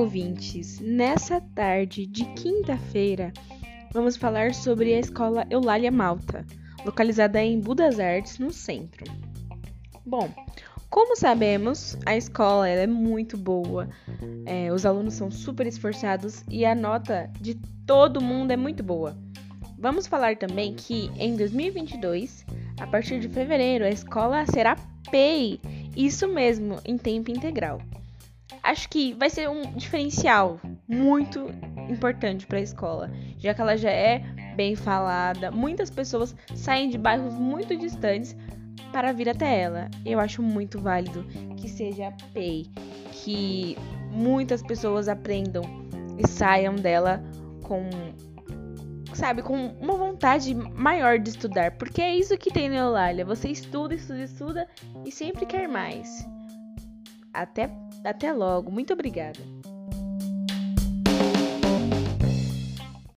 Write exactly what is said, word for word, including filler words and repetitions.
ouvintes! Nessa tarde de quinta-feira, vamos falar sobre a Escola Eulália Malta, localizada em Budas Artes, no centro. Bom, como sabemos, a escola ela é muito boa, é, os alunos são super esforçados e a nota de todo mundo é muito boa. Vamos falar também que em dois mil e vinte e dois, a partir de fevereiro, a escola será P E I, isso mesmo, em tempo integral. Acho que vai ser um diferencial muito importante para a escola, já que ela já é bem falada. Muitas pessoas saem de bairros muito distantes para vir até ela. Eu acho muito válido que seja a P E I, que muitas pessoas aprendam e saiam dela com, sabe, com uma vontade maior de estudar, porque é isso que tem na Eulália. Você estuda, estuda, estuda e sempre quer mais. Até, até logo. Muito obrigada.